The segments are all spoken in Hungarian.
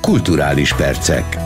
Kulturális percek.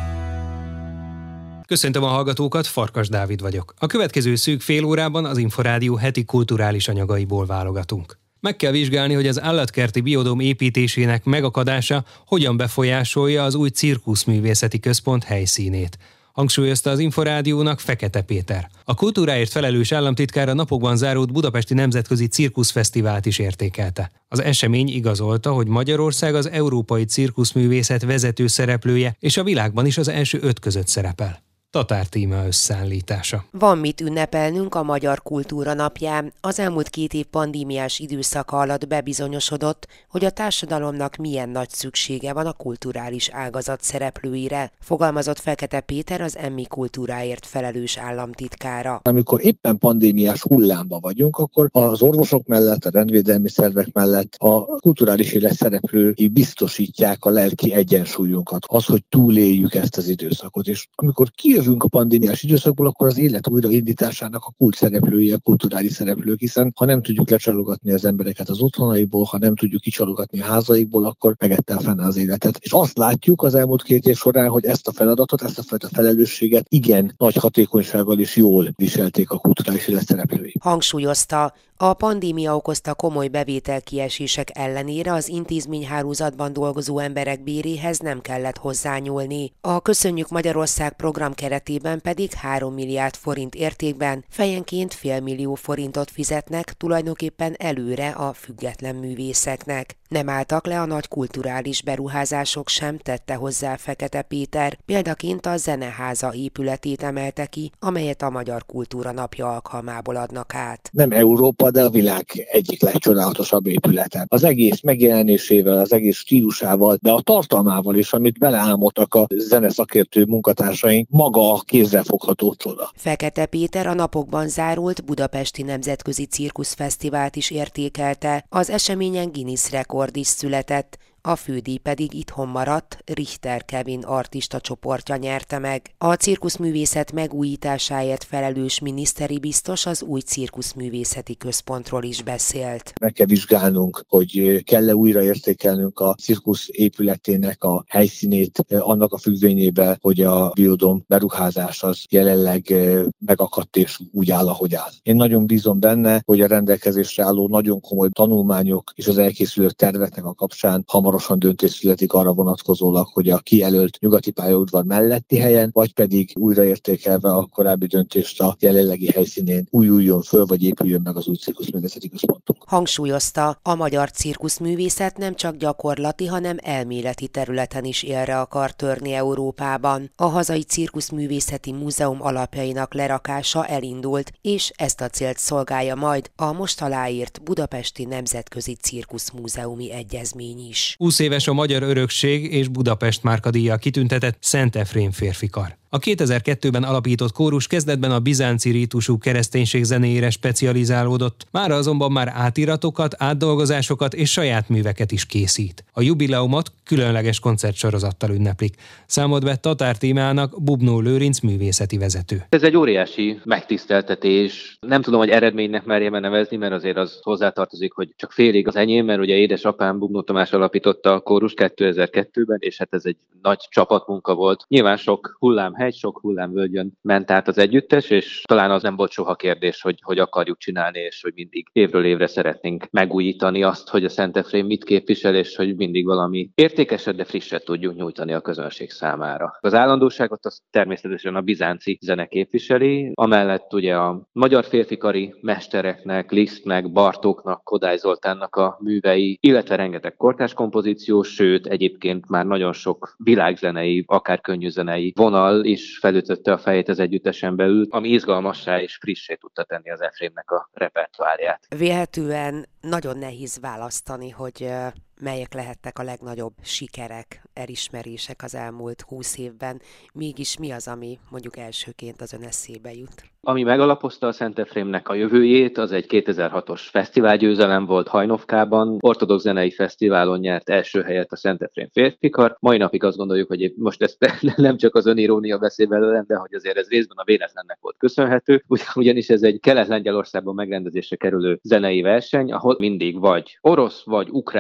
Köszöntöm a hallgatókat, Farkas Dávid vagyok. A következő szűk fél órában az Inforádió heti kulturális anyagaiból válogatunk. Meg kell vizsgálni, hogy az állatkerti biodóm építésének megakadása hogyan befolyásolja az új cirkuszművészeti központ helyszínét. Hangsúlyozta az Inforádiónak Fekete Péter. A kultúráért felelős államtitkár a napokban zárult Budapesti Nemzetközi Cirkuszfesztivált is értékelte. Az esemény igazolta, hogy Magyarország az európai cirkuszművészet vezető szereplője, és a világban is az első 5 között szerepel. Tatár Tímea összeállítása. Van mit ünnepelnünk a Magyar Kultúra Napján. Az elmúlt 2 év pandémiás időszaka alatt bebizonyosodott, hogy a társadalomnak milyen nagy szüksége van a kulturális ágazat szereplőire, fogalmazott Fekete Péter, az EMMI kultúráért felelős államtitkára. Amikor éppen pandémiás hullámban vagyunk, akkor az orvosok mellett, a rendvédelmi szervek mellett a kulturális élet szereplői biztosítják a lelki egyensúlyunkat, az, hogy túléljük ezt az időszakot. És amikor kijövünk a pandémiás időszakból, akkor az élet újraindításának a kult szereplői, a kulturális szereplők, hiszen ha nem tudjuk lecsalogatni az embereket az otthonaiból, ha nem tudjuk kicsalogatni a házaikból, akkor megettel fenn az életet. És azt látjuk az elmúlt 2 év során, hogy ezt a feladatot, ezt a fajta felelősséget igen nagy hatékonysággal és jól viselték a kulturális élet szereplői. Hangsúlyozta, a pandémia okozta komoly bevételkiesések ellenére az intézményhálózatban dolgozó emberek béréhez nem kellett hozzányúlni. A Köszönjük Magyarország program keretében pedig 3 milliárd forint értékben fejenként $500 000 forintot fizetnek tulajdonképpen előre a független művészeknek. Nem álltak le a nagy kulturális beruházások sem, tette hozzá Fekete Péter. Példaként a Zeneháza épületét emelte ki, amelyet a Magyar Kultúra Napja alkalmából adnak át. Nem Európa, de a világ egyik legcsodálatosabb épülete. Az egész megjelenésével, az egész stílusával, de a tartalmával is, amit beleálmodtak a zeneszakértő munkatársaink, maga a kézzelfogható csoda. Fekete Péter a napokban zárult Budapesti Nemzetközi Cirkuszfesztivált is értékelte. Az eseményen Guinness rekord is született, a fődíj pedig itthon maradt, Richter Kevin artista csoportja nyerte meg. A cirkuszművészet megújításáért felelős miniszteri biztos az új cirkuszművészeti központról is beszélt. Meg kell vizsgálnunk, hogy kell-e újraértékelnünk a cirkusz épületének a helyszínét, annak a függvényében, hogy a biodóm beruházás az jelenleg megakadt és úgy áll, ahogy áll. Én nagyon bízom benne, hogy a rendelkezésre álló nagyon komoly tanulmányok és az elkészülő terveknek a kapcsán hamarosan döntés születik arra vonatkozólag, hogy a kijelölt nyugati pályaudvar melletti helyen, vagy pedig újraértékelve a korábbi döntést a jelenlegi helyszínén újuljon föl, vagy épüljön meg az új cirkuszművészeti központunk. Hangsúlyozta, a magyar cirkuszművészet nem csak gyakorlati, hanem elméleti területen is élre akar törni Európában. A hazai cirkuszművészeti múzeum alapjainak lerakása elindult, és ezt a célt szolgálja majd a most aláírt Budapesti Nemzetközi Cirkuszmúzeumi Egyezmény is. 20 éves a Magyar Örökség és Budapest márkadíjjal kitüntetett Szent Efrém férfikar. A 2002-ben alapított kórus kezdetben a bizánci rítusú kereszténység zenéjére specializálódott, mára azonban már átiratokat, átdolgozásokat és saját műveket is készít. A jubileumot különleges koncertsorozattal ünneplik. Számolt be Tatár Tímeának Bubnó Lőrinc művészeti vezető. Ez egy óriási megtiszteltetés. Nem tudom, hogy eredménynek merjem nevezni, mert azért az hozzátartozik, hogy csak félig az enyém, mert ugye édesapám Bubnó Tamás alapította a kórust 2002-ben, és hát ez egy nagy csapatmunka volt. Nyilván sok hullámhegy, sok hullámvölgyön ment át az együttes, és talán az nem volt soha kérdés, hogy akarjuk csinálni, és hogy mindig évről évre szeretnénk megújítani azt, hogy a Szent Efrém mit képvisel, és hogy mindig valami értékeset, de frisset tudjuk nyújtani a közönség számára. Az állandóságot az természetesen a bizánci zene képviseli, amellett ugye a magyar férfikari mestereknek, Lisztnek, Bartóknak, Kodály Zoltánnak a művei, illetve rengeteg kortárs kompozíció, sőt egyébként már nagyon sok világzenei, akár könnyűzenei vonal is felütötte a fejét az együttesen belül, ami izgalmassá és frissé tudta tenni az Efrémnek a repertoárját. Vélhetően nagyon nehéz választani, hogy melyek lehettek a legnagyobb sikerek, elismerések az elmúlt 20 évben. Mégis mi az, ami mondjuk elsőként az ön eszébe jut? Ami megalapozta a Szent Efrémnek a jövőjét, az egy 2006-os fesztiválgyőzelem volt Hajnówkában. Ortodox zenei fesztiválon nyert első helyet a Szent Efrém férfikar. Mai napig azt gondoljuk, hogy most ezt nem csak az önirónia beszél belőlem, de hogy azért ez részben a véletlennek volt köszönhető, ugyanis ez egy Kelet-Lengyelországban megrendezésre kerülő zenei verseny, ahol mindig vagy orosz, vagy ukrán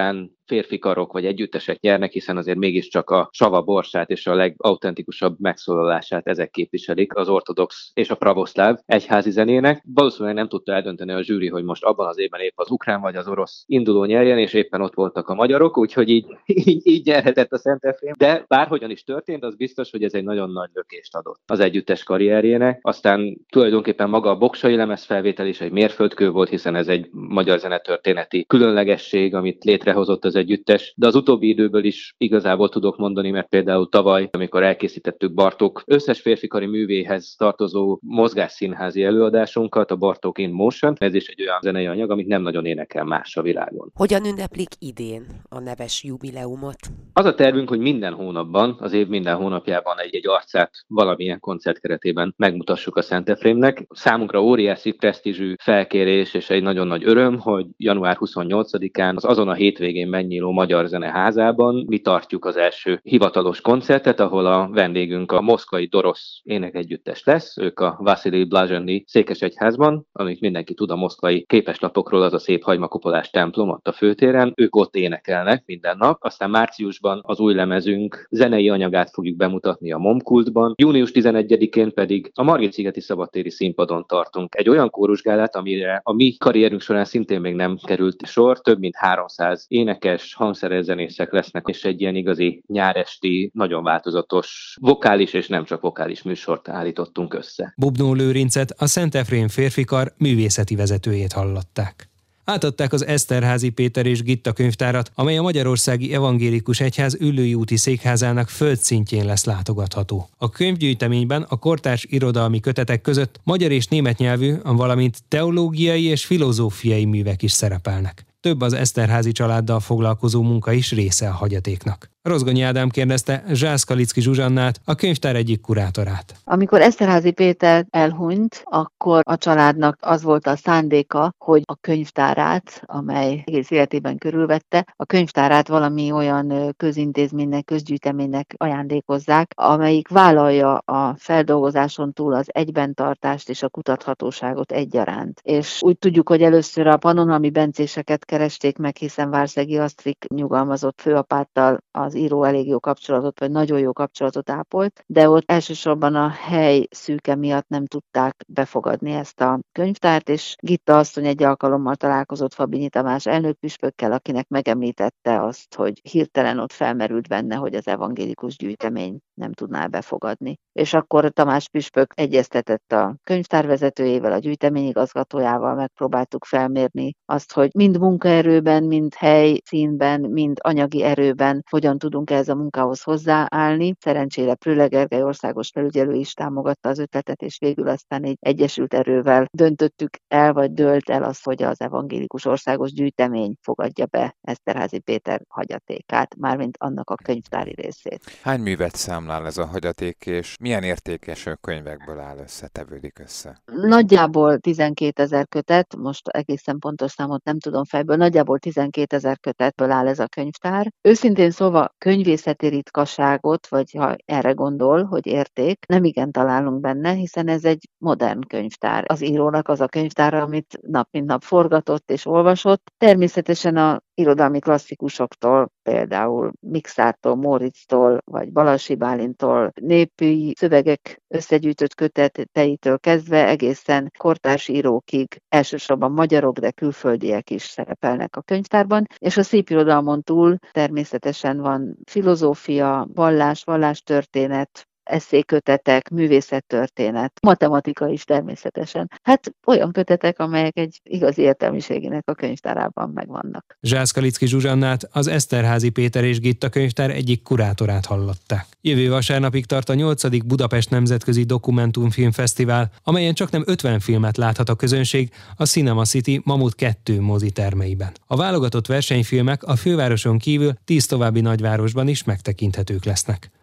férfi karok vagy együttesek nyernek, hiszen azért mégiscsak a sava borsát és a legautentikusabb megszólalását ezek képviselik az ortodox és a pravoszláv egyházi zenének. Valószínűleg nem tudta eldönteni a zsűri, hogy most abban az évben épp az ukrán vagy az orosz induló nyerjen, és éppen ott voltak a magyarok, úgyhogy így nyerhetett a Szent Efrém. De bárhogyan is történt, az biztos, hogy ez egy nagyon nagy lökést adott az együttes karrierjének. Aztán tulajdonképpen maga a Boksai lemezfelvétel is egy mérföldkő volt, hiszen ez egy magyar zenetörténeti különlegesség, amit létrehozott az együttes. De az utóbbi időből is igazából tudok mondani, mert például tavaly, amikor elkészítettük Bartók összes férfikari művéhez tartozó mozgásszínházi előadásunkat, a Bartók in Motion, ez is egy olyan zenei anyag, amit nem nagyon énekel más a világon. Hogyan ünneplik idén a neves jubileumot? Az a tervünk, hogy minden hónapban, az év minden hónapjában egy arcát valamilyen koncert keretében megmutassuk a Szent Efrémnek. Számunkra óriási presztízsű felkérés és egy nagyon nagy öröm, hogy január 28-án azon a hétvégén megnyíló Magyar Zeneházában mi tartjuk az első hivatalos koncertet, ahol a vendégünk a moszkvai Dorosz énekegyüttes lesz, ők a Vasilij Blazsenyi székesegyházban, amit mindenki tud a moszkvai képeslapokról, az a szép hagymakupolás templom ott a főtéren, ők ott énekelnek minden nap. Aztán márciusban az új lemezünk zenei anyagát fogjuk bemutatni a Momkultban, június 11-én pedig a Margit-szigeti szabadtéri színpadon tartunk egy olyan kórusgálát, amire a mi karrierünk során szintén még nem került sor, több mint 300 énekes, hangszeres zenészek lesznek, és egy ilyen igazi nyáresti, nagyon változatos vokális és nem csak vokális műsort állítottunk össze. Bubnó Lőrincet, a Szent Efrém férfikar művészeti vezetőjét hallották. Átadták az Eszterházy Péter és Gitta könyvtárat, amely a Magyarországi Evangélikus Egyház Üllői úti székházának földszintjén lesz látogatható. A könyvgyűjteményben a kortárs irodalmi kötetek között magyar és német nyelvű, valamint teológiai és filozófiai művek is szerepelnek. Több az Eszterházy családdal foglalkozó munka is része a hagyatéknak. Rozgonyi Ádám kérdezte Zsász-Kalicki Zsuzsannát, a könyvtár egyik kurátorát. Amikor Eszterházy Péter elhunyt, akkor a családnak az volt a szándéka, hogy a könyvtárát, amely egész életében körülvette, a könyvtárát valami olyan közintézménynek, közgyűjteménynek ajándékozzák, amelyik vállalja a feldolgozáson túl az egybentartást és a kutathatóságot egyaránt. És úgy tudjuk, hogy először a pannonhalmi bencéseket keresték meg, hiszen Várszegi Asztrik nyugalmazott főapáttal az író elég jó kapcsolatot, vagy nagyon jó kapcsolatot ápolt, de ott elsősorban a hely szűke miatt nem tudták befogadni ezt a könyvtárt, és Gitta asszony egy alkalommal találkozott Fabinyi Tamás elnökpüspökkel, akinek megemlítette azt, hogy hirtelen ott felmerült benne, hogy az evangélikus gyűjtemény nem tudná befogadni. És akkor Tamás püspök egyeztetett a könyvtár vezetőjével, a gyűjtemény igazgatójával, megpróbáltuk felmérni azt, hogy mind munkaerőben, mind helyszínben, mind anyagi erőben hogyan tudunk ehhez a munkához hozzáállni. Szerencsére Prüle Gergely országos felügyelő is támogatta az ötletet, és végül aztán egy egyesült erővel döntöttük el, vagy dőlt el azt, hogy az evangélikus országos gyűjtemény fogadja be Eszterházy Péter hagyatékát, mármint annak a könyvtári részét. Hány művet számlál ez a hagyaték, és milyen értékes könyvekből áll össze, tevődik össze? Nagyjából 12 000 kötet, most egészen pontos számot nem tudom fejből, nagyjából 12 000 kötetből áll ez a könyvtár. Őszintén szóval könyvészeti ritkaságot, vagy ha erre gondol, hogy érték, nem igen találunk benne, hiszen ez egy modern könyvtár. Az írónak az a könyvtára, amit nap mint nap forgatott és olvasott. Természetesen a irodalmi klasszikusoktól, például Mikszártól, Móricztól, vagy Balassi Bálintól, népi szövegek összegyűjtött köteteitől kezdve egészen kortárs írókig, elsősorban magyarok, de külföldiek is szerepelnek a könyvtárban, és a szépirodalmon túl természetesen van filozófia, vallástörténet, esszékötetek, művészettörténet, matematika is természetesen. Hát olyan kötetek, amelyek egy igazi értelmiségének a könyvtárában megvannak. Zsász-Kalicki Zsuzsannát, az Eszterházy Péter és Gitta könyvtár egyik kurátorát hallották. Jövő vasárnapig tart a 8. Budapest Nemzetközi Dokumentumfilmfesztivál, amelyen csaknem 50 filmet láthat a közönség a Cinema City Mamut 2 mozitermeiben. A válogatott versenyfilmek a fővároson kívül 10 további nagyvárosban is megtekinthetők lesznek.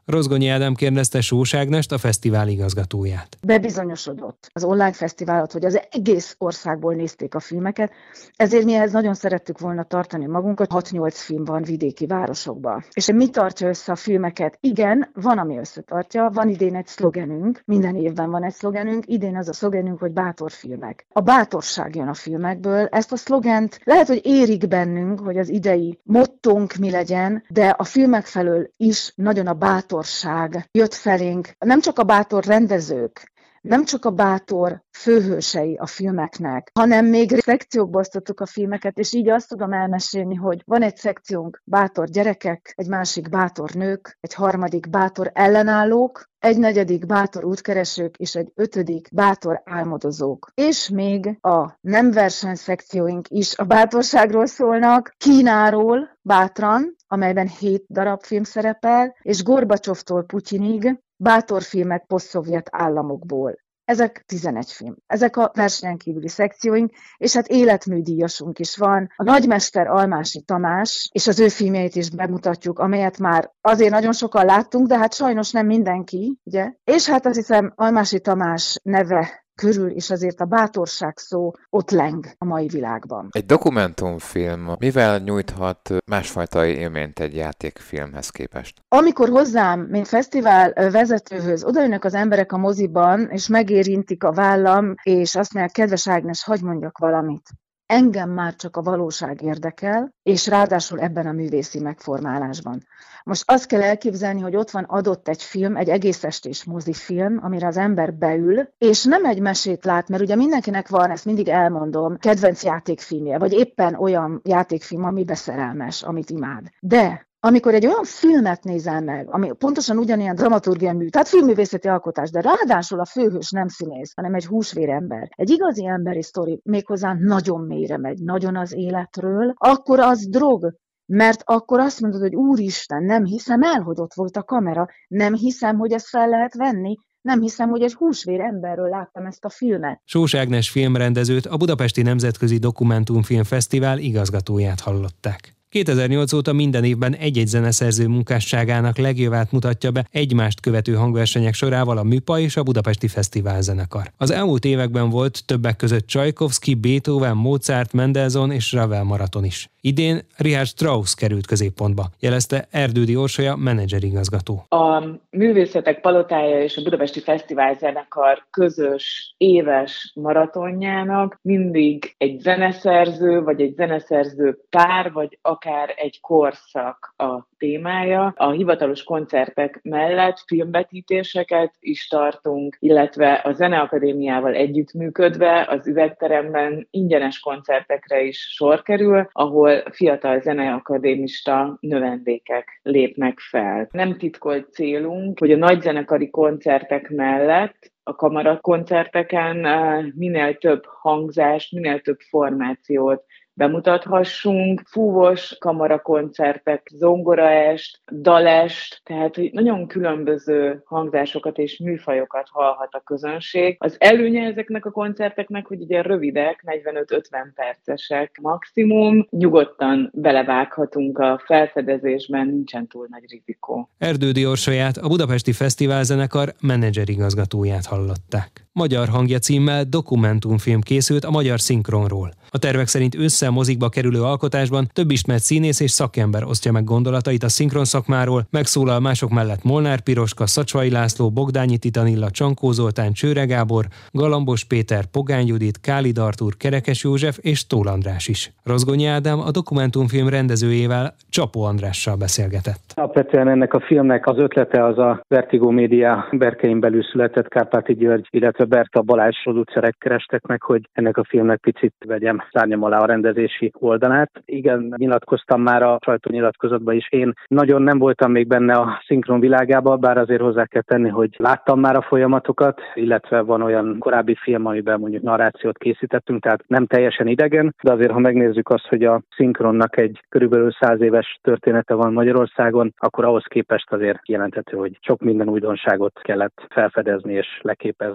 Rozgonyi Ádám kérdezte Sós Ágnest, a fesztivál igazgatóját. Bebizonyosodott az online fesztiválat, hogy az egész országból nézték a filmeket, ezért mi ehhez nagyon szerettük volna tartani magunkat. 6-8 film van vidéki városokban. És mi tartja össze a filmeket? Igen, van, ami összetartja, van idén egy szlogenünk, minden évben van egy szlogenünk, idén az a szlogenünk, hogy bátor filmek. A bátorság jön a filmekből, ezt a szlogent lehet, hogy érik bennünk, hogy az idei mottónk mi legyen, de a filmek felől is nagyon a bátorság jött felénk. Nem csak a bátor rendezők, nem csak a bátor főhősei a filmeknek, hanem még szekciókba osztottuk a filmeket, és így azt tudom elmesélni, hogy van egy szekciónk bátor gyerekek, egy másik bátor nők, egy harmadik bátor ellenállók, egy negyedik bátor útkeresők, és egy 5. bátor álmodozók. És még a nem versenyszekcióink is a bátorságról szólnak, Kínáról bátran, amelyben 7 darab film szerepel, és Gorbacsovtól Putyinig bátor filmek posztszovjet államokból. Ezek 11 film. Ezek a versenyen kívüli szekcióink, és hát életműdíjasunk is van. A nagymester Almási Tamás, és az ő filmjeit is bemutatjuk, amelyet már azért nagyon sokan láttunk, de hát sajnos nem mindenki, ugye? És hát azt hiszem Almási Tamás neve körül is azért a bátorság szó ott leng a mai világban. Egy dokumentumfilm mivel nyújthat másfajta élményt egy játékfilmhez képest? Amikor hozzám, mint fesztivál vezetőhöz odajönnek az emberek a moziban, és megérintik a vállam, és azt mondják, kedves Ágnes, hadd mondjak valamit. Engem már csak a valóság érdekel, és ráadásul ebben a művészi megformálásban. Most azt kell elképzelni, hogy ott van adott egy film, egy egész estés mozifilm, amire az ember beül, és nem egy mesét lát, mert ugye mindenkinek van, ezt mindig elmondom, kedvenc játékfilmje, vagy éppen olyan játékfilm, ami beszerelmes, amit imád. De amikor egy olyan filmet nézel meg, ami pontosan ugyanilyen dramaturgiai mű, tehát filmművészeti alkotás, de ráadásul a főhős nem színész, hanem egy húsvérember, egy igazi emberi sztori, méghozzá nagyon mélyre megy, nagyon az életről, akkor az drog. Mert akkor azt mondod, hogy úristen, nem hiszem el, hogy ott volt a kamera, nem hiszem, hogy ezt fel lehet venni, nem hiszem, hogy egy húsvér emberről láttam ezt a filmet. Sós Ágnes filmrendezőt, a Budapesti Nemzetközi Dokumentumfilm Fesztivál igazgatóját hallották. 2008 óta minden évben egy-egy zeneszerző munkásságának legjavát mutatja be egymást követő hangversenyek sorával a Műpa és a Budapesti Fesztivál zenekar. Az elmúlt években volt többek között Csajkovszky, Beethoven, Mozart, Mendelssohn és Ravel maraton is. Idén Richard Strauss került középpontba, jelezte Erdődy Orsolya menedzserigazgató. A Művészetek Palotája és a Budapesti Fesztivál zenekar közös éves maratonjának mindig egy zeneszerző, vagy egy zeneszerző pár, vagy akár egy korszak a témája. A hivatalos koncertek mellett filmvetítéseket is tartunk, illetve a Zeneakadémiával együttműködve az Üvegteremben ingyenes koncertekre is sor kerül, ahol fiatal zeneakadémista növendékek lépnek fel. Nem titkolt célunk, hogy a nagyzenekari koncertek mellett a kamarakoncerteken minél több hangzást, minél több formációt bemutathassunk. Fúvos kamarakoncertek, zongoraest, dalest, tehát hogy nagyon különböző hangzásokat és műfajokat hallhat a közönség. Az előnye ezeknek a koncerteknek, hogy ugye rövidek, 45-50 percesek maximum, nyugodtan belevághatunk a felfedezésben, nincsen túl nagy rizikó. Erdődy Orsolyát, a Budapesti Fesztivál zenekar menedzserigazgatóját hallották. Magyar hangja címmel dokumentumfilm készült a magyar szinkronról. A tervek szerint ősszel mozikba kerülő alkotásban több ismert színész és szakember osztja meg gondolatait a szinkron szakmáról, megszólal mások mellett Molnár Piroska, Szacsvai László, Bogdányi Titanilla, Csankó Zoltán, Csőre Gábor, Galambos Péter, Pogány Judit, Kálid Artúr, Kerekes József és Tóth András is. Rozgonyi Ádám a dokumentumfilm rendezőjével, Csapó Andrással beszélgetett. Alapvetően ennek a filmnek az ötlete az a Vertigo Média berkein belül született, Kárpáti György, illetve Berta Balázs producerek kerestek meg, hogy ennek a filmnek picit vegyem szárnyam alá a rendezési oldalát. Igen, nyilatkoztam már a sajtónyilatkozatban is. Én nagyon nem voltam még benne a szinkron világában, bár azért hozzá kell tenni, hogy láttam már a folyamatokat, illetve van olyan korábbi film, amiben mondjuk narrációt készítettünk, tehát nem teljesen idegen, de azért, ha megnézzük azt, hogy a szinkronnak egy körülbelül 100 éves története van Magyarországon, akkor ahhoz képest azért jelenthető, hogy sok minden újdonságot kellett felfedezni és leképezni ezzel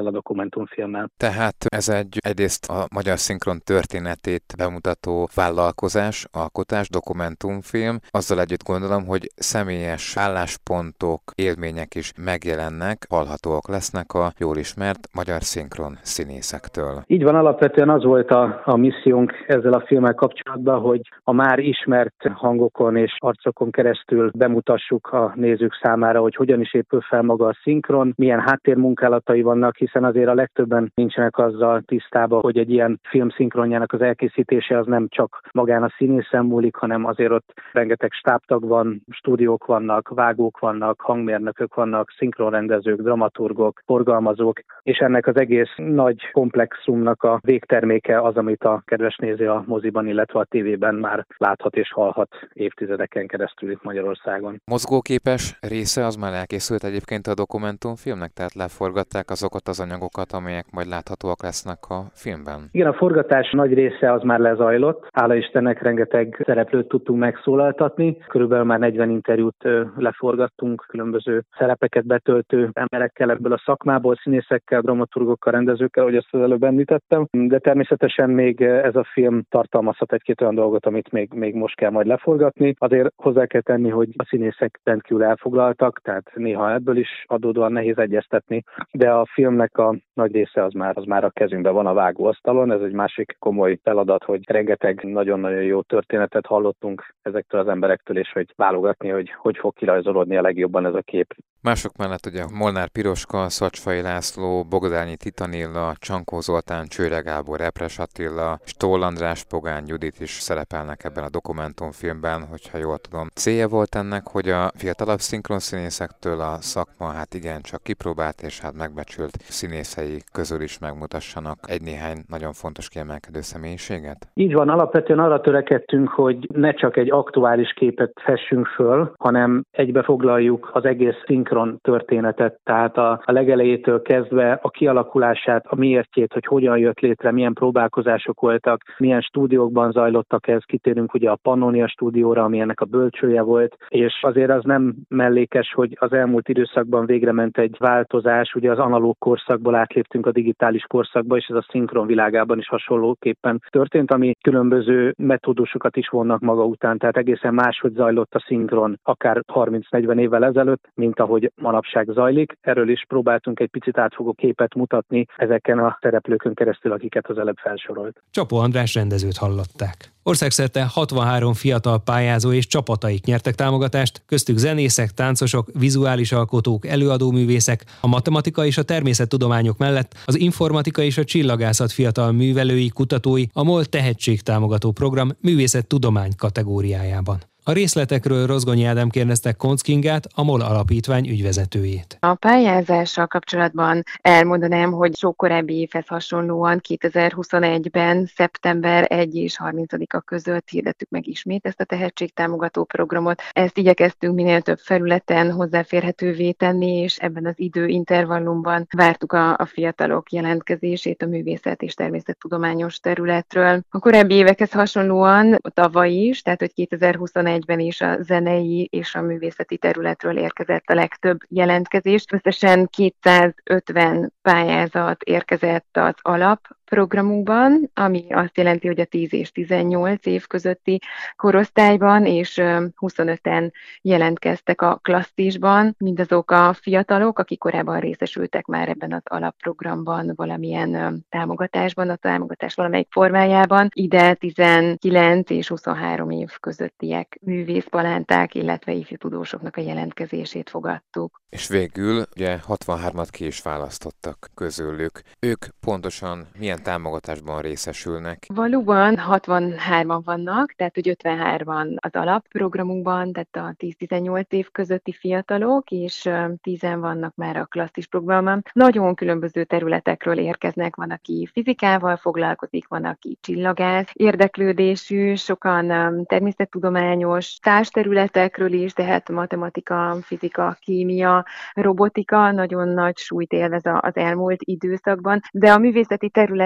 a dokumentumfilmmel. Tehát ez egyrészt a magyar szinkron történetét bemutató vállalkozás, alkotás, dokumentumfilm. Azzal együtt gondolom, hogy személyes álláspontok, élmények is megjelennek, hallhatóak lesznek a jól ismert magyar szinkron színészektől. Így van, alapvetően az volt a missziónk ezzel a filmmel kapcsolatban, hogy a már ismert hangokon és arcokon keresztül bemutassuk a nézők számára, hogy hogyan is épül fel maga a szinkron, milyen háttérmunkálatai vannak, hiszen azért a legtöbben nincsenek azzal tisztában, hogy egy ilyen film szinkronjának az elkészítése az nem csak magán a színészen múlik, hanem azért ott rengeteg stábtag van, stúdiók vannak, vágók vannak, hangmérnökök vannak, szinkronrendezők, dramaturgok, forgalmazók, és ennek az egész nagy komplexumnak a végterméke az, amit a kedves néző a moziban, illetve a tévében már láthat és hallhat évtizedeken keresztül itt Magyarországon. Mozgóképes része az már elkészült egyébként a dokumentumfilmnek, tehát leforgatták azokat az anyagokat, amelyek majd láthatóak lesznek a filmben? Igen, a forgatás nagy része az már lezajlott. Hála Istennek rengeteg szereplőt tudtunk megszólaltatni. Körülbelül már 40 interjút leforgattunk különböző szerepeket betöltő emberekkel ebből a szakmából, színészekkel, dramaturgokkal, rendezőkkel, ahogy ezt az előbb említettem. De természetesen még ez a film tartalmazhat egy-két olyan dolgot, amit még most kell majd leforgatni. Azért hozzá kell tenni, hogy a színészek rendkívül elfoglaltak, tehát néha ebből is adódóan nehéz egyeztetni, de a filmnek a nagy része az már a kezünkben van a vágóasztalon. Ez egy másik komoly feladat, hogy rengeteg nagyon-nagyon jó történetet hallottunk ezektől az emberektől, és hogy válogatni, hogy fog kirajzolódni a legjobban ez a kép. Mások mellett ugye Molnár Piroska, Szacsfai László, Bogdányi Titanilla, Csankó Zoltán, Csőre Gábor, Epres Attila, Stoll András, Pogány Judit is szerepelnek ebben a dokumentumfilmben, hogyha jól tudom. Célja volt ennek, hogy a fiatalabb szinkronszínészektől a szakma igencsak kipróbált és megbecsült színészei közül is megmutassanak egy-néhány nagyon fontos kiemelkedő személyiséget? Így van, alapvetően arra törekedtünk, hogy ne csak egy aktuális képet fessünk föl, hanem egybefoglaljuk az egész szinkron történetet, tehát a legelejétől kezdve a kialakulását, a miértjét, hogy hogyan jött létre, milyen próbálkozások voltak, milyen stúdiókban zajlottak ez, kitérünk ugye a Pannonia stúdióra, ami ennek a bölcsője volt, és azért az nem mellékes, hogy az elmúlt időszakban végre ment egy változás, ugye az analóg korszakból átléptünk a digitális korszakba, és ez a szinkron világában is hasonlóképpen történt, ami különböző metódusokat is vonnak maga után, tehát egészen máshogy zajlott a szinkron akár 30-40 évvel ezelőtt, mint ahogy manapság zajlik. Erről is próbáltunk egy picit átfogó képet mutatni ezeken a szereplőkön keresztül, akiket az előbb felsorolt. Csapó András rendezőt hallották. Országszerte 63 fiatal pályázó és csapataik nyertek támogatást, köztük zenészek, táncosok, vizuális alkotók, előadóművészek, a matematika és a természettudományok mellett az informatika és a csillagászat fiatal művelői, kutatói a MOL tehetségtámogató program művészettudomány kategóriájában. A részletekről Rozgonyi Ádám kérdezte Koncz Kingát, a MOL alapítvány ügyvezetőjét. A pályázással kapcsolatban elmondanám, hogy sok korábbi évhez hasonlóan 2021-ben szeptember 1 és 30-a között hirdettük meg ismét ezt a tehetségtámogató programot. Ezt igyekeztünk minél több felületen hozzáférhetővé tenni, és ebben az időintervallumban vártuk a fiatalok jelentkezését a művészet és természettudományos területről. A korábbi évekhez hasonlóan tavaly is, tehát hogy 2021-ben is a zenei és a művészeti területről érkezett a legtöbb jelentkezés. Összesen 250 pályázat érkezett az alapprogramunkban, ami azt jelenti, hogy a 10 és 18 év közötti korosztályban, és 25-en jelentkeztek a klasszisban, mindazok a fiatalok, akik korábban részesültek már ebben az alapprogramban valamilyen támogatásban, a támogatás valamelyik formájában. Ide 19 és 23 év közöttiek művészpalánták, illetve ifjú tudósoknak a jelentkezését fogadtuk. És végül ugye 63-at ki is választottak közülük. Ők pontosan milyen támogatásban részesülnek? Valóban 63-an vannak, tehát hogy 53-an az alapprogramunkban, tehát a 10-18 év közötti fiatalok, és 10-en vannak már a klasszis programban. Nagyon különböző területekről érkeznek, van, aki fizikával foglalkozik, van, aki csillagász érdeklődésű, sokan természettudományos társterületekről is, tehát matematika, fizika, kémia, robotika nagyon nagy súlyt élvez az elmúlt időszakban, de a művészeti terület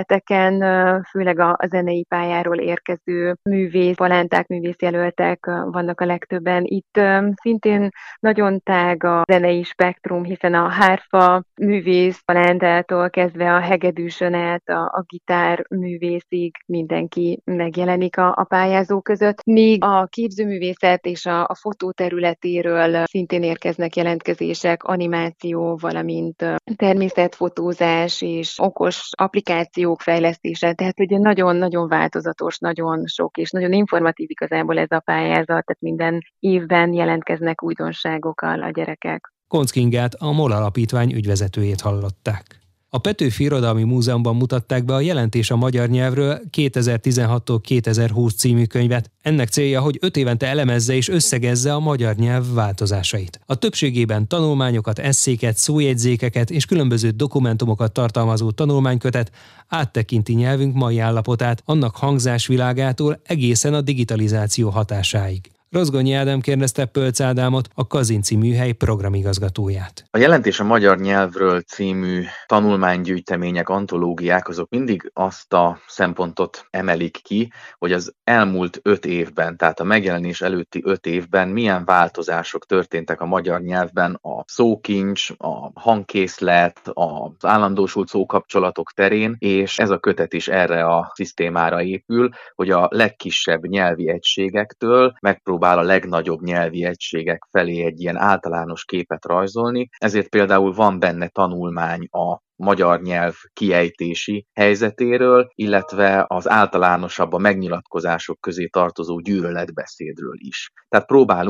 területeken, főleg a zenei pályáról érkező művész, palánták, művészjelöltek vannak a legtöbben. Itt szintén nagyon tág a zenei spektrum, hiszen a hárfa művész palántától kezdve a hegedűsön át a gitár művészig mindenki megjelenik a pályázók között, míg a képzőművészet és a fotó területéről szintén érkeznek jelentkezések, animáció, valamint természetfotózás és okos applikációk fejlesztése, tehát ugye nagyon-nagyon változatos, nagyon sok és nagyon informatív igazából ez a pályázat, tehát minden évben jelentkeznek újdonságokkal a gyerekek. Koncz Kingát, a MOL Alapítvány ügyvezetőjét hallották. A Petőfi Irodalmi Múzeumban mutatták be a Jelentés a magyar nyelvről 2016-tól 2020 című könyvet. Ennek célja, hogy 5 évente elemezze és összegezze a magyar nyelv változásait. A többségében tanulmányokat, esszéket, szójegyzékeket és különböző dokumentumokat tartalmazó tanulmánykötet áttekinti nyelvünk mai állapotát, annak hangzásvilágától egészen a digitalizáció hatásáig. Rozgonyi Ádám kérdezte Pölcz Ádámot, a Kazinczy Műhely programigazgatóját. A Jelentés a magyar nyelvről című tanulmánygyűjtemények, antológiák azok mindig azt a szempontot emelik ki, hogy az elmúlt 5 évben, tehát a megjelenés előtti 5 évben milyen változások történtek a magyar nyelvben a szókincs, a hangkészlet, az állandósult szókapcsolatok terén, és ez a kötet is erre a szisztémára épül, hogy a legkisebb nyelvi egységektől megpróbál a legnagyobb nyelvi egységek felé egy ilyen általános képet rajzolni, ezért például van benne tanulmány a magyar nyelv kiejtési helyzetéről, illetve az általánosabb a megnyilatkozások közé tartozó gyűlöletbeszédről is. Tehát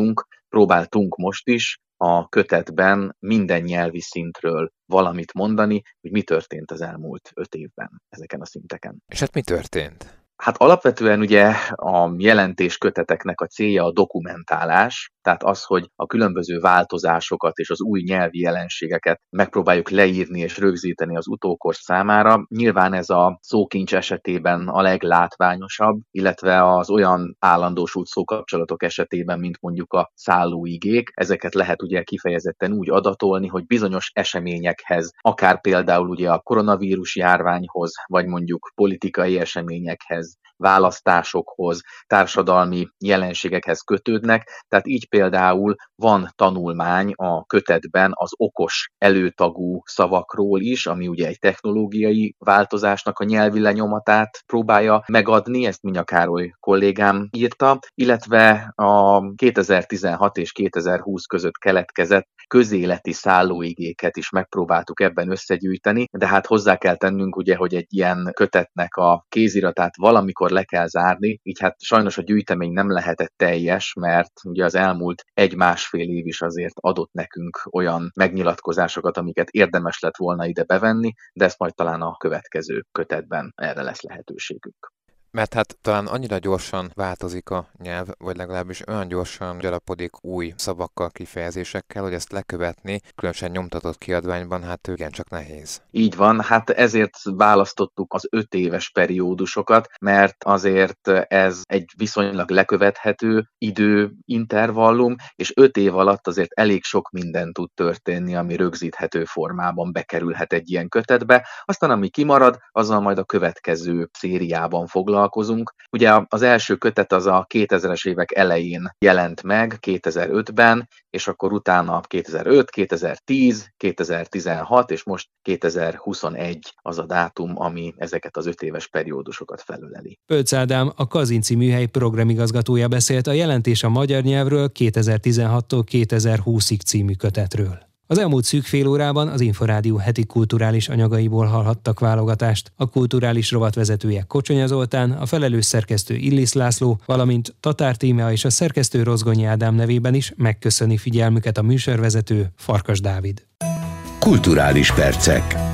próbáltunk most is a kötetben minden nyelvi szintről valamit mondani, hogy mi történt az elmúlt 5 évben ezeken a szinteken. És hát mi történt? Hát alapvetően ugye a jelentésköteteknek a célja a dokumentálás, tehát az, hogy a különböző változásokat és az új nyelvi jelenségeket megpróbáljuk leírni és rögzíteni az utókor számára. Nyilván ez a szókincs esetében a leglátványosabb, illetve az olyan állandósult szókapcsolatok esetében, mint mondjuk a szállóigék. Ezeket lehet ugye kifejezetten úgy adatolni, hogy bizonyos eseményekhez, akár például ugye a koronavírus járványhoz, vagy mondjuk politikai eseményekhez, választásokhoz, társadalmi jelenségekhez kötődnek, tehát így például van tanulmány a kötetben az okos előtagú szavakról is, ami ugye egy technológiai változásnak a nyelvi lenyomatát próbálja megadni, ezt Minya Károly kollégám írta, illetve a 2016 és 2020 között keletkezett közéleti szállóigéket is megpróbáltuk ebben összegyűjteni, de hát hozzá kell tennünk ugye, hogy egy ilyen kötetnek a kéziratát valamikor le kell zárni, így hát sajnos a gyűjtemény nem lehetett teljes, mert ugye az elmúlt 1-1,5 év is azért adott nekünk olyan megnyilatkozásokat, amiket érdemes lett volna ide bevenni, de ezt majd talán a következő kötetben erre lesz lehetőségünk. Mert hát talán annyira gyorsan változik a nyelv, vagy legalábbis olyan gyorsan gyarapodik új szavakkal, kifejezésekkel, hogy ezt lekövetni, különösen nyomtatott kiadványban, hát igencsak nehéz. Így van, hát ezért választottuk az 5 éves periódusokat, mert azért ez egy viszonylag lekövethető időintervallum, és 5 év alatt azért elég sok minden tud történni, ami rögzíthető formában bekerülhet egy ilyen kötetbe. Aztán ami kimarad, azzal majd a következő szériában foglalkozunk. Ugye az első kötet az a 2000-es évek elején jelent meg, 2005-ben, és akkor utána 2005, 2010, 2016, és most 2021 az a dátum, ami ezeket az 5 éves periódusokat felöleli. Pölcz Ádám, a Kazinczy Műhely programigazgatója beszélt a Jelentés a magyar nyelvről 2016-tól 2020-ig című kötetről. Az elmúlt szűk fél órában az Inforádió heti kulturális anyagaiból hallhattak válogatást. A kulturális rovat vezetője Kocsonya Zoltán, a felelős szerkesztő Illis László, valamint Tatár Tímea és a szerkesztő Rozgonyi Ádám nevében is megköszöni figyelmüket a műsorvezető Farkas Dávid. Kulturális percek.